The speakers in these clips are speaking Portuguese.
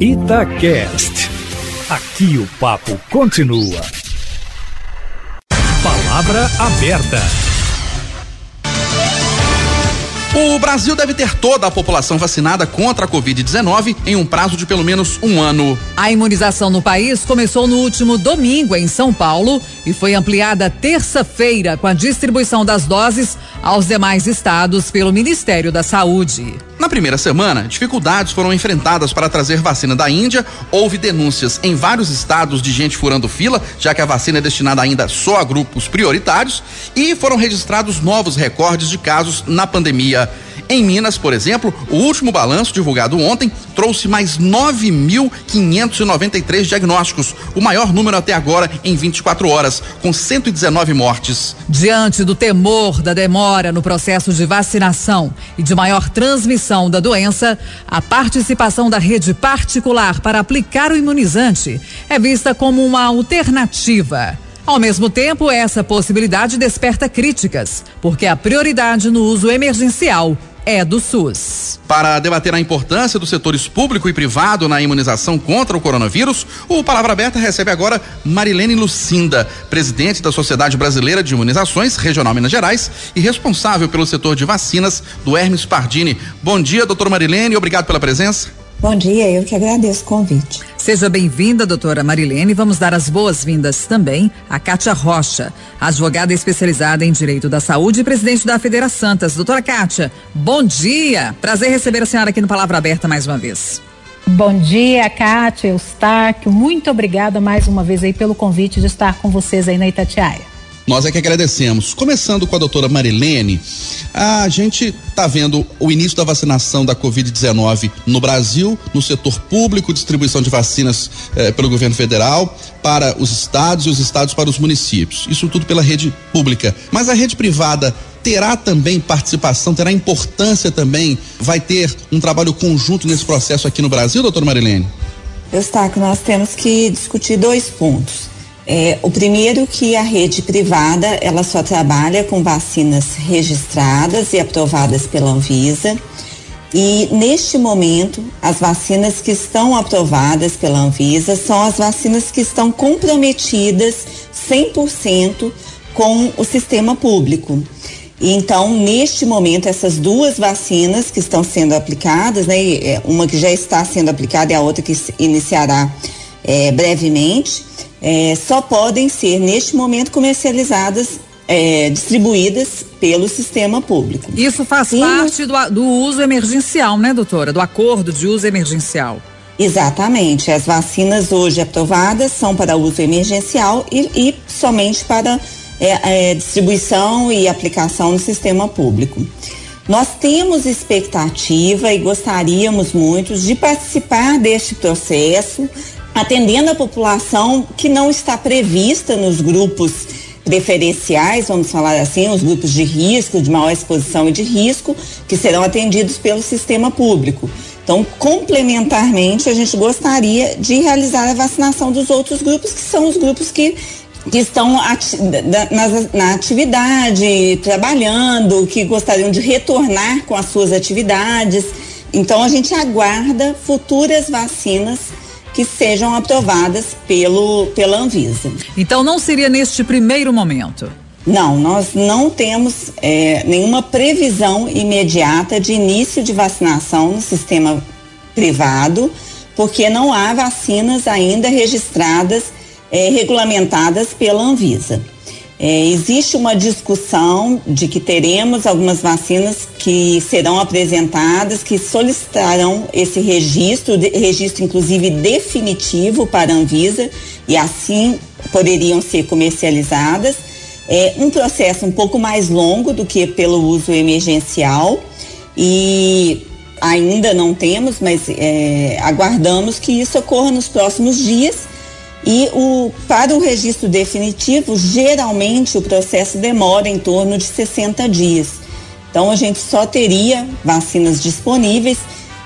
Itacast. Aqui o papo continua. Palavra aberta. O Brasil deve ter toda a população vacinada contra a Covid-19 em um prazo de pelo menos um ano. A imunização no país começou no último domingo em São Paulo e foi ampliada terça-feira com a distribuição das doses aos demais estados pelo Ministério da Saúde. Na primeira semana, dificuldades foram enfrentadas para trazer vacina da Índia. Houve denúncias em vários estados de gente furando fila, já que a vacina é destinada ainda só a grupos prioritários, e foram registrados novos recordes de casos na pandemia. Em Minas, por exemplo, o último balanço divulgado ontem trouxe mais 9.593 diagnósticos, o maior número até agora em 24 horas, com 119 mortes. Diante do temor da demora no processo de vacinação e de maior transmissão da doença, a participação da rede particular para aplicar o imunizante é vista como uma alternativa. Ao mesmo tempo, essa possibilidade desperta críticas, porque a prioridade no uso emergencial é do SUS. Para debater a importância dos setores público e privado na imunização contra o coronavírus, o Palavra Aberta recebe agora Marilene Lucinda, presidente da Sociedade Brasileira de Imunizações, Regional Minas Gerais, e responsável pelo setor de vacinas do Hermes Pardini. Bom dia, doutora Marilene, obrigado pela presença. Bom dia, eu que agradeço o convite. Seja bem-vinda, doutora Marilene. Vamos dar as boas-vindas também a Kátia Rocha, advogada especializada em Direito da Saúde e presidente da Federa Santas. Doutora Kátia, bom dia. Prazer receber a senhora aqui no Palavra Aberta mais uma vez. Bom dia, Kátia, Eustáquio. Muito obrigada mais uma vez aí pelo convite de estar com vocês aí na Itatiaia. Nós é que agradecemos. Começando com a doutora Marilene, a gente está vendo o início da vacinação da Covid-19 no Brasil, no setor público, distribuição de vacinas pelo governo federal para os estados e os estados para os municípios. Isso tudo pela rede pública. Mas a rede privada terá também participação, terá importância também? Vai ter um trabalho conjunto nesse processo aqui no Brasil, doutora Marilene? Eustáquio, nós temos que discutir dois pontos. O primeiro, que a rede privada ela só trabalha com vacinas registradas e aprovadas pela Anvisa, e neste momento as vacinas que estão aprovadas pela Anvisa são as vacinas que estão comprometidas 100% com o sistema público. E então, neste momento, essas duas vacinas que estão sendo aplicadas, né, uma que já está sendo aplicada e a outra que iniciará brevemente, só podem ser, neste momento, comercializadas, distribuídas pelo sistema público. Isso faz parte do uso emergencial, né, doutora? Do acordo de uso emergencial. Exatamente. As vacinas hoje aprovadas são para uso emergencial e somente para distribuição e aplicação no sistema público. Nós temos expectativa e gostaríamos muito de participar deste processo, atendendo a população que não está prevista nos grupos preferenciais, vamos falar assim, os grupos de risco, de maior exposição e de risco, que serão atendidos pelo sistema público. Então, complementarmente, a gente gostaria de realizar a vacinação dos outros grupos, que são os grupos que estão na atividade, trabalhando, que gostariam de retornar com as suas atividades. Então, a gente aguarda futuras vacinas que sejam aprovadas pela Anvisa. Então não seria neste primeiro momento? Não, nós não temos nenhuma previsão imediata de início de vacinação no sistema privado, porque não há vacinas ainda registradas, regulamentadas pela Anvisa. Existe uma discussão de que teremos algumas vacinas que serão apresentadas, que solicitarão esse registro inclusive definitivo para a Anvisa, e assim poderiam ser comercializadas. Um processo um pouco mais longo do que pelo uso emergencial, e ainda não temos, mas aguardamos que isso ocorra nos próximos dias. E para o registro definitivo, geralmente o processo demora em torno de 60 dias. Então a gente só teria vacinas disponíveis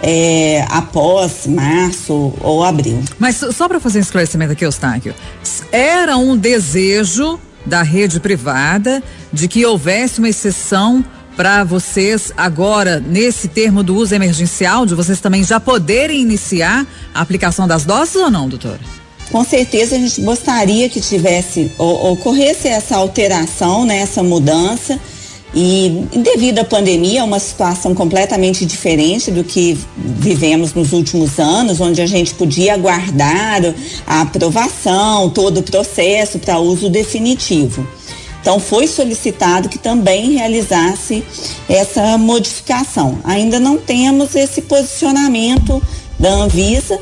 após março ou abril. Mas só para fazer um esclarecimento aqui, Eustáquio, era um desejo da rede privada de que houvesse uma exceção para vocês agora, nesse termo do uso emergencial, de vocês também já poderem iniciar a aplicação das doses ou não, doutora? Com certeza a gente gostaria que ocorresse essa alteração, né, essa mudança. E devido à pandemia, é uma situação completamente diferente do que vivemos nos últimos anos, onde a gente podia aguardar a aprovação, todo o processo para uso definitivo. Então foi solicitado que também realizasse essa modificação. Ainda não temos esse posicionamento da Anvisa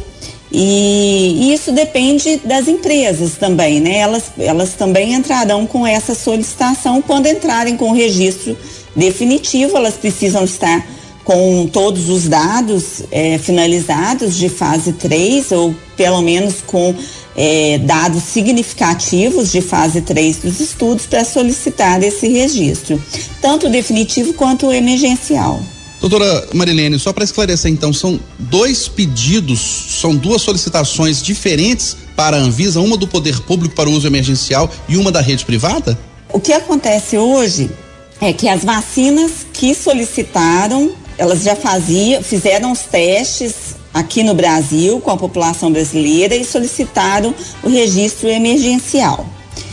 e isso depende das empresas também, né? Elas também entrarão com essa solicitação quando entrarem com o registro definitivo. Elas precisam estar com todos os dados finalizados de fase 3 ou pelo menos com dados significativos de fase 3 dos estudos para solicitar esse registro, tanto o definitivo quanto o emergencial. Doutora Marilene, só para esclarecer então, são dois pedidos, são duas solicitações diferentes para a Anvisa, uma do poder público para o uso emergencial e uma da rede privada? O que acontece hoje é que as vacinas que solicitaram, elas já fizeram os testes aqui no Brasil com a população brasileira e solicitaram o registro emergencial.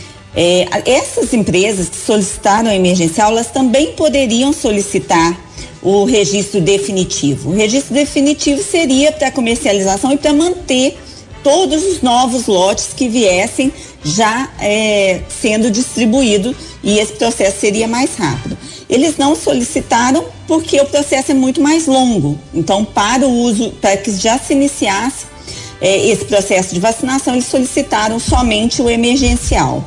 Essas empresas que solicitaram o emergencial, elas também poderiam solicitar o registro definitivo. O registro definitivo seria para comercialização e para manter todos os novos lotes que viessem já sendo distribuídos, e esse processo seria mais rápido. Eles não solicitaram porque o processo é muito mais longo. Então, para o uso, para que já se iniciasse esse processo de vacinação, eles solicitaram somente o emergencial.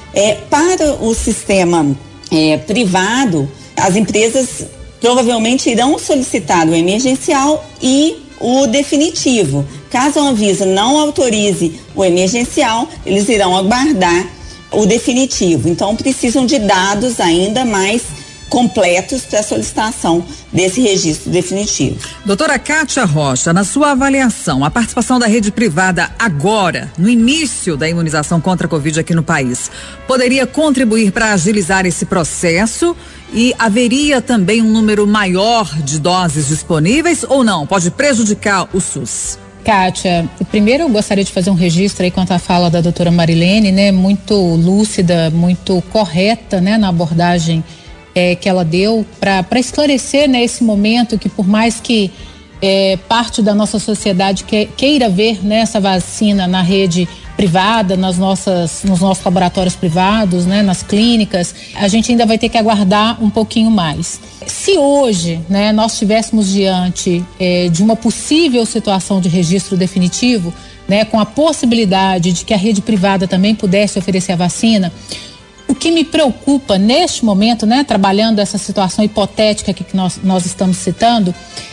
Para o sistema privado, as empresas provavelmente irão solicitar o emergencial e o definitivo. Caso a Anvisa não autorize o emergencial, eles irão aguardar o definitivo. Então, precisam de dados ainda mais completos para a solicitação desse registro definitivo. Doutora Kátia Rocha, na sua avaliação, a participação da rede privada agora, no início da imunização contra a Covid aqui no país, poderia contribuir para agilizar esse processo e haveria também um número maior de doses disponíveis ou não? Pode prejudicar o SUS? Kátia, primeiro eu gostaria de fazer um registro aí quanto à fala da doutora Marilene, né? Muito lúcida, muito correta, né? Na abordagem que ela deu para esclarecer, né, esse momento que, por mais que parte da nossa sociedade queira ver, né, essa vacina na rede privada, nos nossos laboratórios privados, né, nas clínicas, a gente ainda vai ter que aguardar um pouquinho mais. Se hoje, né, nós estivéssemos diante de uma possível situação de registro definitivo, né, com a possibilidade de que a rede privada também pudesse oferecer a vacina, o que me preocupa neste momento, né, trabalhando essa situação hipotética que nós estamos citando,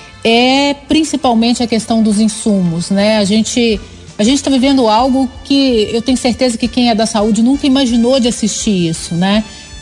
é principalmente a questão dos insumos, né? A gente está vivendo algo que eu tenho certeza que quem é da saúde nunca imaginou de assistir isso, né?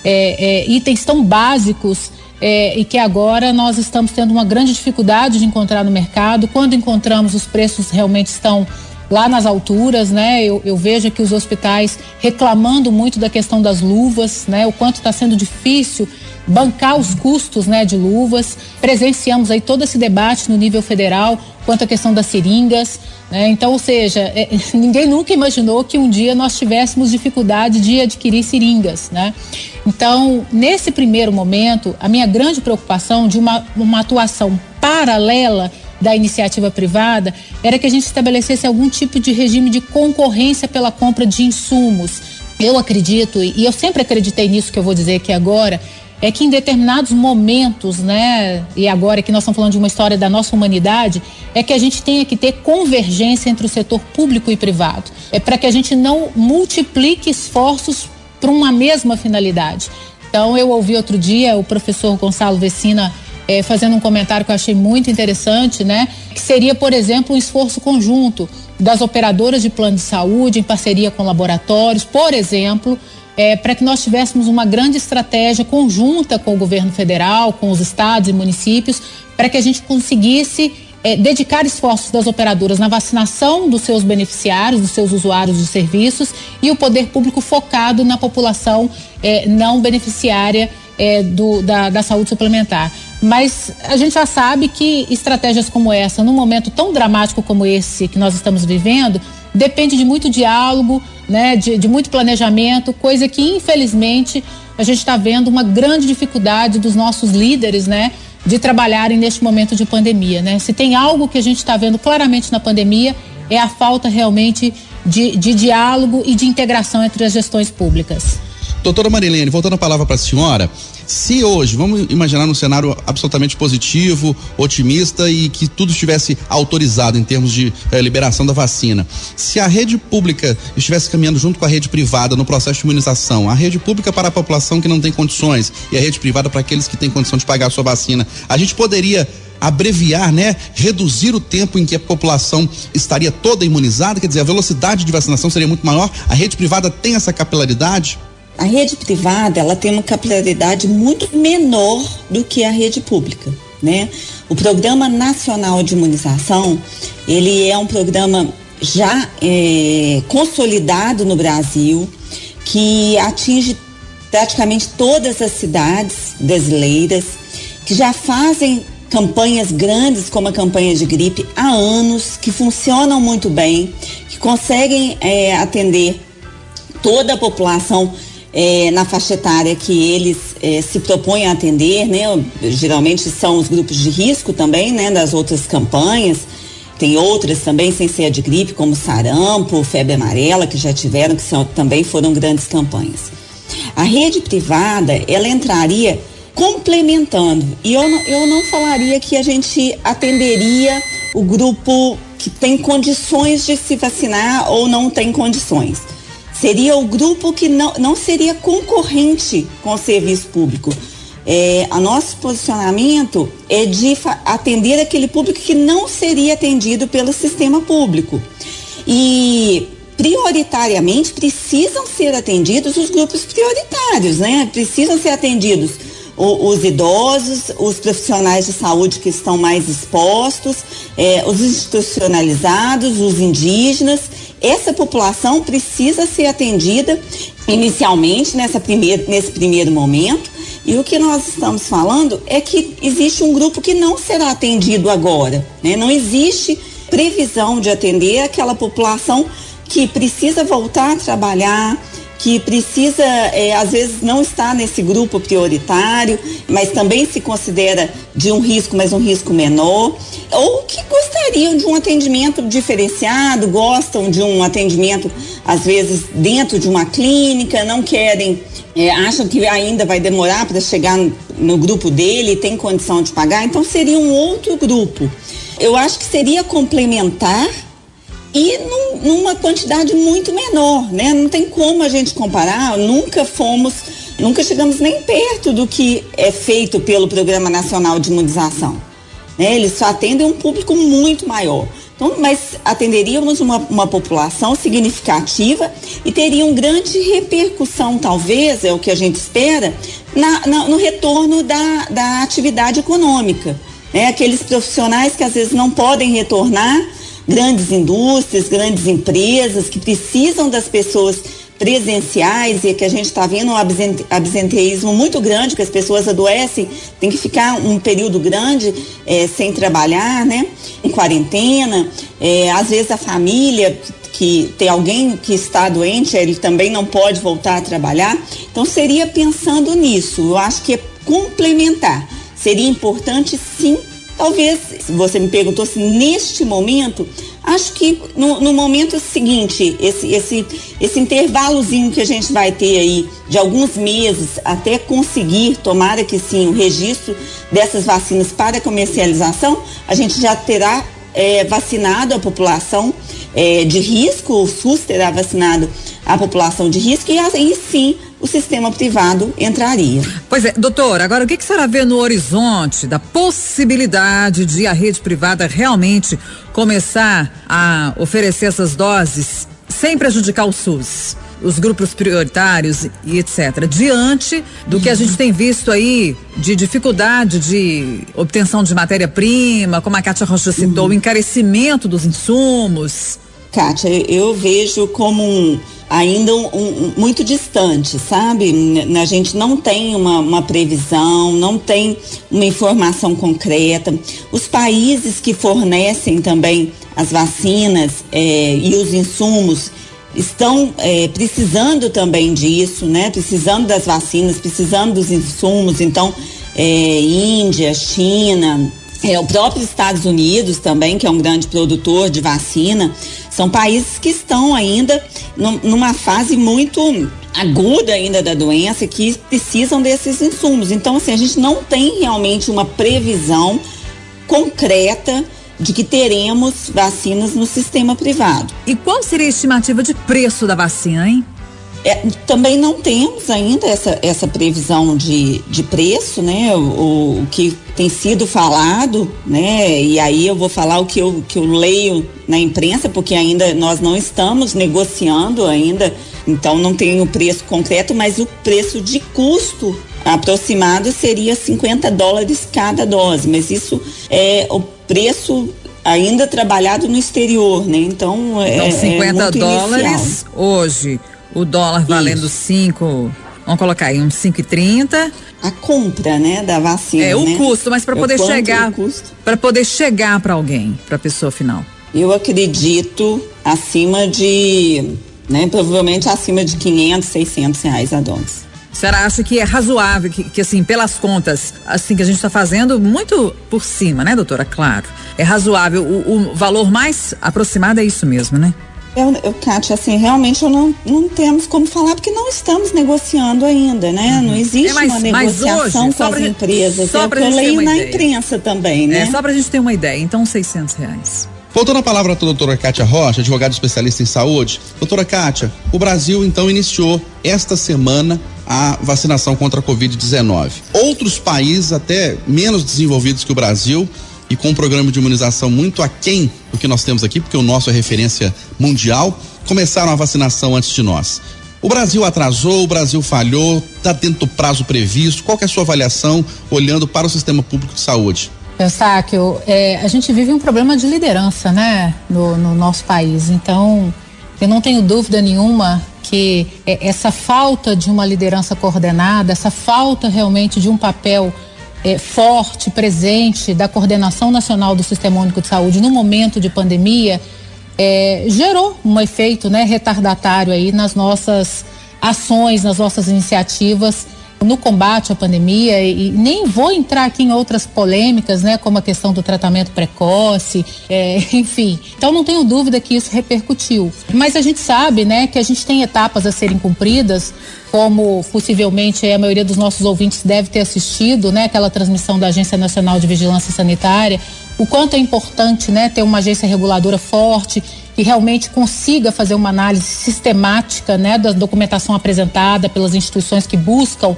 Itens tão básicos e que agora nós estamos tendo uma grande dificuldade de encontrar no mercado. Quando encontramos, os preços realmente estão lá nas alturas, né? Eu vejo aqui os hospitais reclamando muito da questão das luvas, né? O quanto está sendo difícil bancar os custos, né, de luvas. Presenciamos aí todo esse debate no nível federal quanto à questão das seringas, né? Então, ou seja, ninguém nunca imaginou que um dia nós tivéssemos dificuldade de adquirir seringas, né? Então, nesse primeiro momento, a minha grande preocupação de uma atuação paralela da iniciativa privada era que a gente estabelecesse algum tipo de regime de concorrência pela compra de insumos. Eu acredito, e eu sempre acreditei nisso que eu vou dizer aqui agora, é que em determinados momentos, né, e agora que nós estamos falando de uma história da nossa humanidade, é que a gente tenha que ter convergência entre o setor público e privado. É para que a gente não multiplique esforços para uma mesma finalidade. Então, eu ouvi outro dia o professor Gonçalo Vecina fazendo um comentário que eu achei muito interessante, né? Que seria, por exemplo, um esforço conjunto das operadoras de plano de saúde em parceria com laboratórios, por exemplo, para que nós tivéssemos uma grande estratégia conjunta com o governo federal, com os estados e municípios, para que a gente conseguisse dedicar esforços das operadoras na vacinação dos seus beneficiários, dos seus usuários de serviços, e o poder público focado na população não beneficiária da saúde suplementar. Mas a gente já sabe que estratégias como essa, num momento tão dramático como esse que nós estamos vivendo, depende de muito diálogo, né, de muito planejamento, coisa que infelizmente a gente está vendo uma grande dificuldade dos nossos líderes, né, de trabalharem neste momento de pandemia, né? Se tem algo que a gente está vendo claramente na pandemia, é a falta realmente de diálogo e de integração entre as gestões públicas. Doutora Marilene, voltando a palavra para a senhora, se hoje, vamos imaginar um cenário absolutamente positivo, otimista e que tudo estivesse autorizado em termos de liberação da vacina, se a rede pública estivesse caminhando junto com a rede privada no processo de imunização, a rede pública para a população que não tem condições e a rede privada para aqueles que têm condição de pagar a sua vacina, a gente poderia abreviar, né? Reduzir o tempo em que a população estaria toda imunizada, quer dizer, a velocidade de vacinação seria muito maior. A rede privada tem essa capilaridade? A rede privada, ela tem uma capilaridade muito menor do que a rede pública, né? O Programa Nacional de Imunização, ele é um programa já consolidado no Brasil, que atinge praticamente todas as cidades brasileiras, que já fazem campanhas grandes como a campanha de gripe há anos, que funcionam muito bem, que conseguem atender toda a população na faixa etária que eles se propõem a atender, né? Geralmente são os grupos de risco também, né? Das outras campanhas. Tem outras também, sem ser a de gripe, como sarampo, febre amarela, que já tiveram, também foram grandes campanhas. A rede privada, ela entraria complementando, e eu não falaria que a gente atenderia o grupo que tem condições de se vacinar ou não tem condições. Seria o grupo que não seria concorrente com o serviço público. O nosso posicionamento é de atender aquele público que não seria atendido pelo sistema público. E prioritariamente precisam ser atendidos os grupos prioritários, né? Precisam ser atendidos os idosos, os profissionais de saúde que estão mais expostos, os institucionalizados, os indígenas. Essa população precisa ser atendida inicialmente nesse primeiro momento, e o que nós estamos falando é que existe um grupo que não será atendido agora, né? Não existe previsão de atender aquela população que precisa voltar a trabalhar, que precisa, às vezes, não estar nesse grupo prioritário, mas também se considera de um risco, mas um risco menor, ou que gostariam de um atendimento diferenciado, gostam de um atendimento, às vezes, dentro de uma clínica, não querem, acham que ainda vai demorar para chegar no grupo dele e tem condição de pagar, então seria um outro grupo. Eu acho que seria complementar e numa quantidade muito menor, né? Não tem como a gente comparar, nunca chegamos nem perto do que é feito pelo Programa Nacional de Imunização, né? Eles só atendem um público muito maior. Então, mas atenderíamos uma população significativa e teria uma grande repercussão, talvez, é o que a gente espera, no retorno da atividade econômica, né? Aqueles profissionais que às vezes não podem retornar, grandes indústrias, grandes empresas que precisam das pessoas presenciais e que a gente está vendo um absenteísmo muito grande, que as pessoas adoecem, tem que ficar um período grande sem trabalhar, né? Em quarentena, às vezes a família que tem alguém que está doente, ele também não pode voltar a trabalhar. Então seria pensando nisso, eu acho que é complementar. Seria importante, sim. Talvez, você me perguntou se neste momento, acho que no momento seguinte, esse intervalozinho que a gente vai ter aí de alguns meses até conseguir, tomara que sim, o registro dessas vacinas para comercialização, a gente já terá vacinado a população de risco, o SUS terá vacinado a população de risco e aí sim o sistema privado entraria. Pois é, doutor, agora o que a senhora vê no horizonte da possibilidade de a rede privada realmente começar a oferecer essas doses sem prejudicar o SUS, os grupos prioritários e etc., diante do que a gente tem visto aí de dificuldade de obtenção de matéria-prima, como a Kátia Rocha citou, o encarecimento dos insumos? Kátia, eu vejo como ainda muito distante, sabe? A gente não tem uma previsão, não tem uma informação concreta. Os países que fornecem também as vacinas e os insumos estão precisando também disso, né? Precisando das vacinas, precisando dos insumos. Então, Índia, China, o próprio Estados Unidos também, que é um grande produtor de vacina, são países que estão ainda numa fase muito aguda ainda da doença, que precisam desses insumos. Então, assim, a gente não tem realmente uma previsão concreta de que teremos vacinas no sistema privado. E qual seria a estimativa de preço da vacina, hein? Também não temos ainda essa previsão de preço, né? O que tem sido falado, né? E aí eu vou falar o que eu leio na imprensa, porque ainda nós não estamos negociando ainda, então não tem o preço concreto, mas o preço de custo aproximado seria $50 cada dose, mas isso é o preço ainda trabalhado no exterior, né? Então $50 inicial. Hoje, o dólar valendo 5, vamos colocar aí uns 5,30. A compra, né, da vacina. O custo, mas para poder chegar para alguém, para a pessoa final. Eu acredito acima de, né, provavelmente acima de R$500, R$600 a dose. A senhora acha que é razoável, que assim, pelas contas, assim, que a gente está fazendo muito por cima, né, doutora? Claro. É razoável, o valor mais aproximado é isso mesmo, né? Kátia, assim, realmente não temos como falar, porque não estamos negociando ainda, né? Não existe uma negociação hoje, com as empresas. Só que eu leio na imprensa também, né? Só pra gente ter uma ideia. Então, R$600. Voltando a palavra à doutora Kátia Rocha, advogada especialista em saúde. Doutora Kátia, o Brasil então iniciou esta semana a vacinação contra a Covid-19. Outros países, até menos desenvolvidos que o Brasil, e com um programa de imunização muito aquém do que nós temos aqui, porque o nosso é referência mundial, começaram a vacinação antes de nós. O Brasil atrasou, o Brasil falhou, está dentro do prazo previsto. Qual que é a sua avaliação olhando para o sistema público de saúde? Eustáquio, a gente vive um problema de liderança, né, no nosso país. Então, eu não tenho dúvida nenhuma que essa falta de uma liderança coordenada, essa falta realmente de um papel forte, presente da coordenação nacional do Sistema Único de Saúde no momento de pandemia, gerou um efeito, né, retardatário aí nas nossas ações, nas nossas iniciativas no combate à pandemia, e nem vou entrar aqui em outras polêmicas, né, como a questão do tratamento precoce, enfim. Então não tenho dúvida que isso repercutiu. Mas a gente sabe, né, que a gente tem etapas a serem cumpridas, como possivelmente a maioria dos nossos ouvintes deve ter assistido, né, aquela transmissão da Agência Nacional de Vigilância Sanitária, o quanto é importante, né, ter uma agência reguladora forte que realmente consiga fazer uma análise sistemática, né, da documentação apresentada pelas instituições que buscam,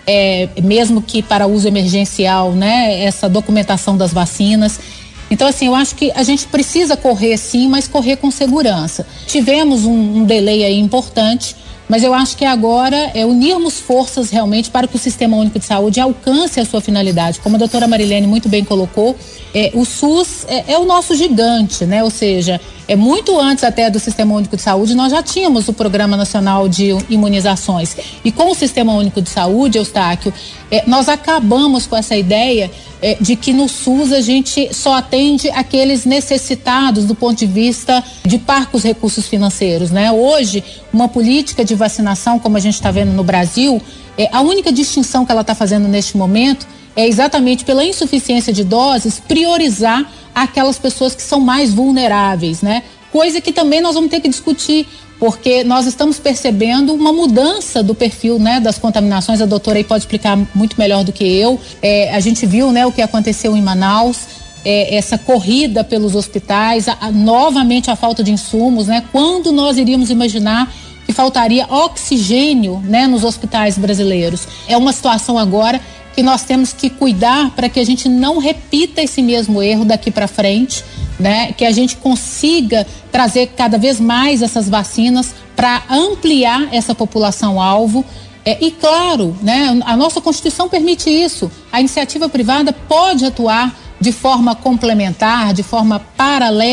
mesmo que para uso emergencial, né, essa documentação das vacinas. Então, assim, eu acho que a gente precisa correr sim, mas correr com segurança. Tivemos um delay aí importante, mas eu acho que agora é unirmos forças realmente para que o Sistema Único de Saúde alcance a sua finalidade. Como a doutora Marilene muito bem colocou, o SUS é o nosso gigante, né? Ou seja, muito antes até do Sistema Único de Saúde, nós já tínhamos o Programa Nacional de Imunizações. E com o Sistema Único de Saúde, Eustáquio, nós acabamos com essa ideia de que no SUS a gente só atende aqueles necessitados do ponto de vista de parcos recursos financeiros, né? Hoje, uma política de vacinação, como a gente está vendo no Brasil, a única distinção que ela está fazendo neste momento é exatamente pela insuficiência de doses priorizar aquelas pessoas que são mais vulneráveis, né? Coisa que também nós vamos ter que discutir, porque nós estamos percebendo uma mudança do perfil, né, das contaminações. A doutora aí pode explicar muito melhor do que eu. A gente viu, né, o que aconteceu em Manaus, essa corrida pelos hospitais, novamente a falta de insumos, né? Quando nós iríamos imaginar que faltaria oxigênio, né, nos hospitais brasileiros? É uma situação agora que nós temos que cuidar para que a gente não repita esse mesmo erro daqui para frente, né? Que a gente consiga trazer cada vez mais essas vacinas para ampliar essa população-alvo. E claro, né, a nossa Constituição permite isso. A iniciativa privada pode atuar de forma complementar, de forma paralela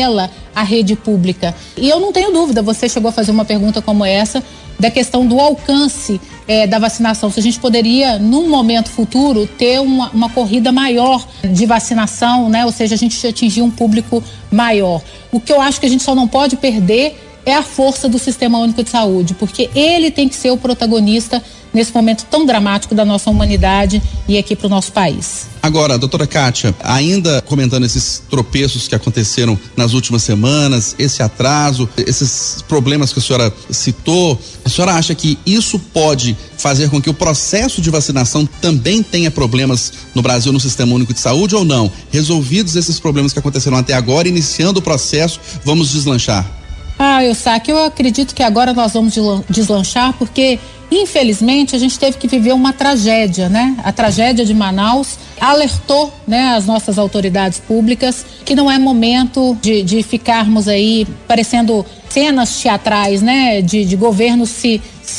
a rede pública. E eu não tenho dúvida, você chegou a fazer uma pergunta como essa, da questão do alcance da vacinação. Se a gente poderia, num momento futuro, ter uma corrida maior de vacinação, né? Ou seja, a gente atingir um público maior. O que eu acho que a gente só não pode perder é a força do Sistema Único de Saúde, porque ele tem que ser o protagonista nesse momento tão dramático da nossa humanidade e aqui para o nosso país. Agora, doutora Kátia, ainda comentando esses tropeços que aconteceram nas últimas semanas, esse atraso, esses problemas que a senhora citou, a senhora acha que isso pode fazer com que o processo de vacinação também tenha problemas no Brasil, no Sistema Único de Saúde, ou não? Resolvidos esses problemas que aconteceram até agora, iniciando o processo, vamos deslanchar? Eustáquio, eu acredito que agora nós vamos deslanchar, porque infelizmente a gente teve que viver uma tragédia, né? A tragédia de Manaus alertou, né, as nossas autoridades públicas que não é momento de ficarmos aí parecendo cenas teatrais, né? De governo se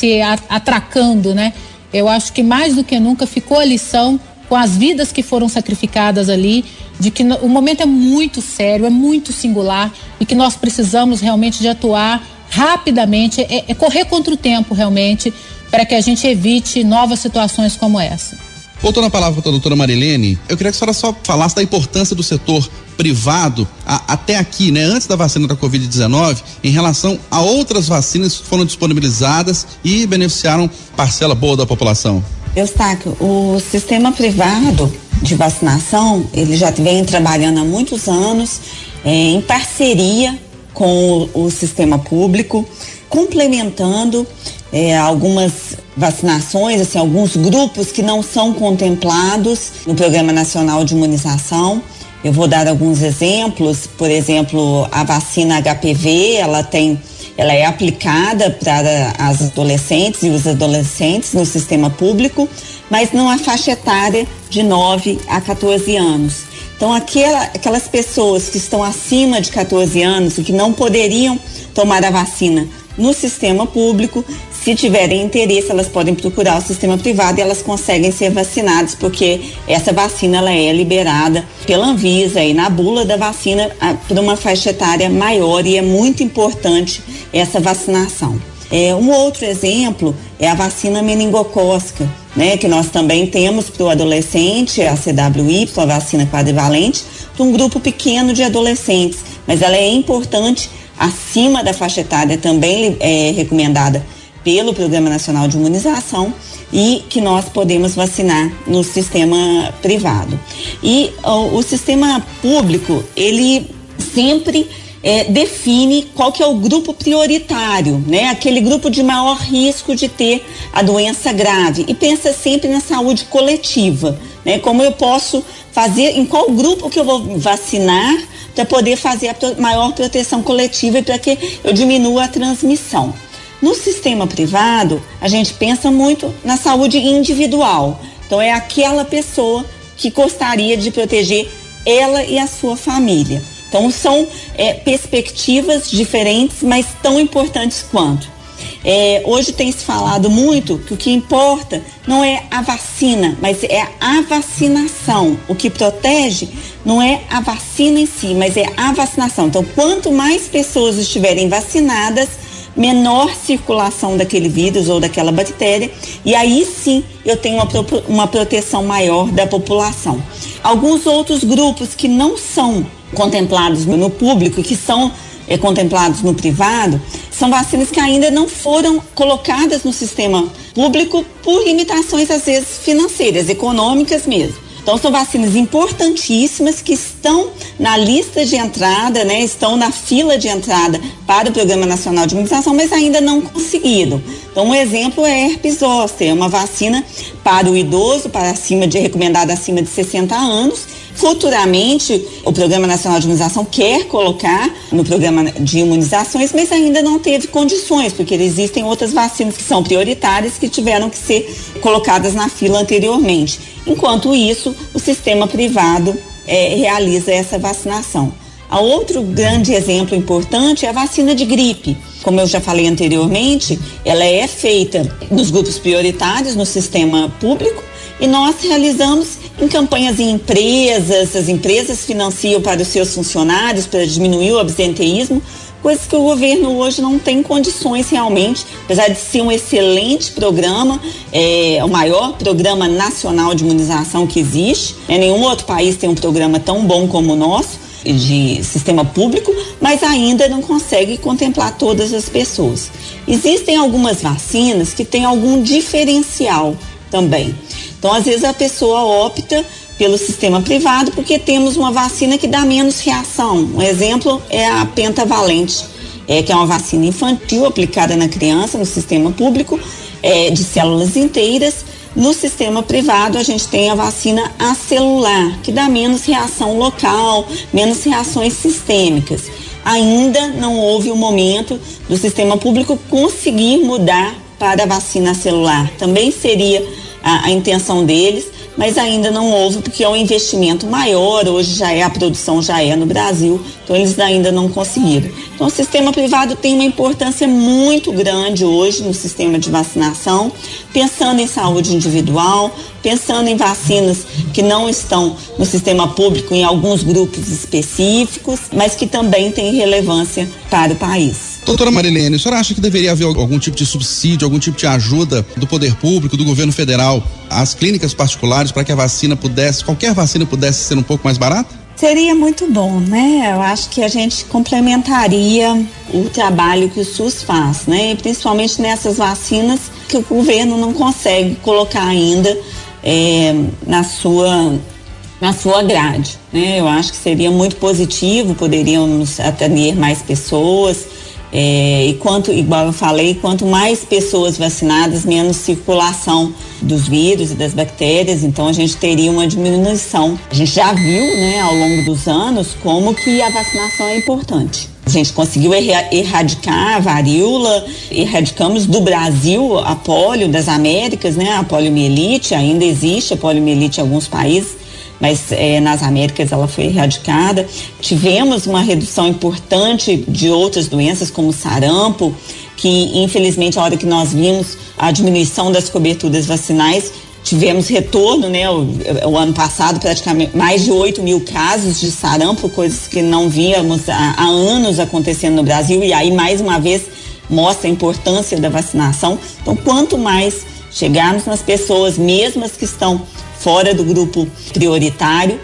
atracando, né? Eu acho que mais do que nunca ficou a lição com as vidas que foram sacrificadas ali, de que o momento é muito sério, é muito singular e que nós precisamos realmente de atuar rapidamente, é correr contra o tempo realmente, para que a gente evite novas situações como essa. Voltando a palavra para a doutora Marilene, eu queria que a senhora só falasse da importância do setor privado até aqui, né, antes da vacina da Covid-19, em relação a outras vacinas que foram disponibilizadas e beneficiaram parcela boa da população. Eustáquio, o sistema privado de vacinação, ele já vem trabalhando há muitos anos em parceria com o sistema público, complementando algumas vacinações, assim, alguns grupos que não são contemplados no Programa Nacional de Imunização. Eu vou dar alguns exemplos. Por exemplo, a vacina HPV, ela é aplicada para as adolescentes e os adolescentes no sistema público, mas não a faixa etária de 9 a 14 anos. Então, aquelas pessoas que estão acima de 14 anos e que não poderiam tomar a vacina no sistema público, se tiverem interesse, elas podem procurar o sistema privado e elas conseguem ser vacinadas, porque essa vacina ela é liberada pela Anvisa e na bula da vacina para uma faixa etária maior, e é muito importante essa vacinação. Um outro exemplo é a vacina meningocócica, né, que nós também temos para o adolescente, a CWY, a vacina quadrivalente, para um grupo pequeno de adolescentes, mas ela é importante acima da faixa etária, também recomendada pelo Programa Nacional de Imunização, e que nós podemos vacinar no sistema privado. E o sistema público, ele sempre define qual que é o grupo prioritário, né? Aquele grupo de maior risco de ter a doença grave, e pensa sempre na saúde coletiva, né? Como eu posso fazer, em qual grupo que eu vou vacinar para poder fazer a maior proteção coletiva e para que eu diminua a transmissão. No sistema privado, a gente pensa muito na saúde individual. Então, é aquela pessoa que gostaria de proteger ela e a sua família. Então, são perspectivas diferentes, mas tão importantes quanto. Hoje tem se falado muito que o que importa não é a vacina, mas é a vacinação. O que protege não é a vacina em si, mas é a vacinação. Então, quanto mais pessoas estiverem vacinadas, menor circulação daquele vírus ou daquela bactéria, e aí sim eu tenho uma proteção maior da população. Alguns outros grupos que não são contemplados no público, que são contemplados no privado, são vacinas que ainda não foram colocadas no sistema público por limitações, às vezes, financeiras, econômicas mesmo. Então, são vacinas importantíssimas que estão na lista de entrada, né? Estão na fila de entrada para o Programa Nacional de Imunização, mas ainda não conseguiram. Então, um exemplo é a herpes zoster, é uma vacina para o idoso, recomendada acima de 60 anos. Futuramente, o Programa Nacional de Imunização quer colocar no programa de imunizações, mas ainda não teve condições, porque existem outras vacinas que são prioritárias que tiveram que ser colocadas na fila anteriormente. Enquanto isso, o sistema privado realiza essa vacinação. Outro grande exemplo importante é a vacina de gripe. Como eu já falei anteriormente, ela é feita nos grupos prioritários no sistema público, e nós realizamos em campanhas em empresas, as empresas financiam para os seus funcionários para diminuir o absenteísmo, coisas que o governo hoje não tem condições realmente, apesar de ser um excelente programa, o maior programa nacional de imunização que existe. Nenhum outro país tem um programa tão bom como o nosso, de sistema público, mas ainda não consegue contemplar todas as pessoas. Existem algumas vacinas que têm algum diferencial também. Então, às vezes, a pessoa opta pelo sistema privado porque temos uma vacina que dá menos reação. Um exemplo é a pentavalente, que é uma vacina infantil aplicada na criança no sistema público, de células inteiras. No sistema privado, a gente tem a vacina acelular, que dá menos reação local, menos reações sistêmicas. Ainda não houve o momento do sistema público conseguir mudar para a vacina acelular. Também seria a intenção deles, mas ainda não houve, porque é um investimento maior, hoje a produção já é no Brasil, então eles ainda não conseguiram. Então o sistema privado tem uma importância muito grande hoje no sistema de vacinação, pensando em saúde individual, pensando em vacinas que não estão no sistema público em alguns grupos específicos, mas que também têm relevância para o país. Doutora Marilene, a senhora acha que deveria haver algum tipo de subsídio, algum tipo de ajuda do poder público, do governo federal, às clínicas particulares para que a vacina qualquer vacina pudesse ser um pouco mais barata? Seria muito bom, né? Eu acho que a gente complementaria o trabalho que o SUS faz, né? E principalmente nessas vacinas que o governo não consegue colocar ainda na sua grade, né? Eu acho que seria muito positivo, poderíamos atender mais pessoas. Igual eu falei, quanto mais pessoas vacinadas, menos circulação dos vírus e das bactérias, então a gente teria uma diminuição. A gente já viu, né, ao longo dos anos, como que a vacinação é importante. A gente conseguiu erradicar a varíola, erradicamos do Brasil a polio das Américas, né, a poliomielite, ainda existe a poliomielite em alguns países, mas nas Américas ela foi erradicada. Tivemos uma redução importante de outras doenças, como sarampo, que infelizmente a hora que nós vimos a diminuição das coberturas vacinais, tivemos retorno, né? O ano passado, praticamente mais de 8 mil casos de sarampo, coisas que não víamos há anos acontecendo no Brasil, e aí mais uma vez mostra a importância da vacinação. Então, quanto mais chegarmos nas pessoas, mesmo as que estão fora do grupo prioritário,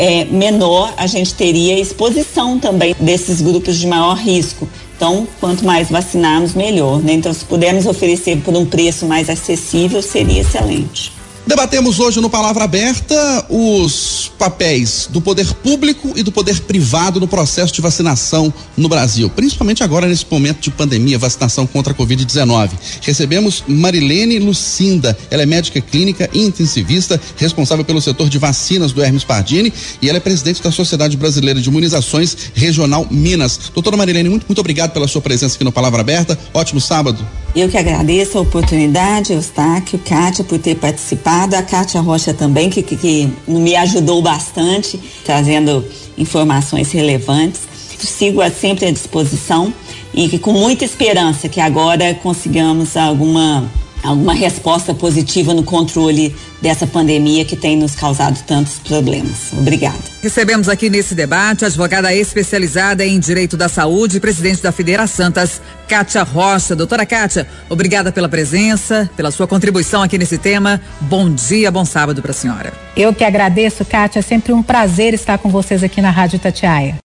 menor a gente teria exposição também desses grupos de maior risco. Então, quanto mais vacinarmos, melhor, né? Então, se pudermos oferecer por um preço mais acessível, seria excelente. Debatemos hoje no Palavra Aberta os papéis do poder público e do poder privado no processo de vacinação no Brasil, principalmente agora nesse momento de pandemia, vacinação contra a Covid-19. Recebemos Marilene Lucinda, ela é médica clínica e intensivista, responsável pelo setor de vacinas do Hermes Pardini, e ela é presidente da Sociedade Brasileira de Imunizações Regional Minas. Doutora Marilene, muito obrigado pela sua presença aqui no Palavra Aberta. Ótimo sábado. Eu que agradeço a oportunidade, Eustáquio, Kátia, por ter participado, a Kátia Rocha também, que me ajudou bastante, trazendo informações relevantes. Sigo sempre à disposição e que com muita esperança que agora consigamos alguma resposta positiva no controle dessa pandemia que tem nos causado tantos problemas. Obrigada. Recebemos aqui nesse debate a advogada especializada em Direito da Saúde e presidente da Fidera Santas, Kátia Rocha. Doutora Kátia, obrigada pela presença, pela sua contribuição aqui nesse tema. Bom dia, bom sábado para a senhora. Eu que agradeço, Kátia, é sempre um prazer estar com vocês aqui na Rádio Itatiaia.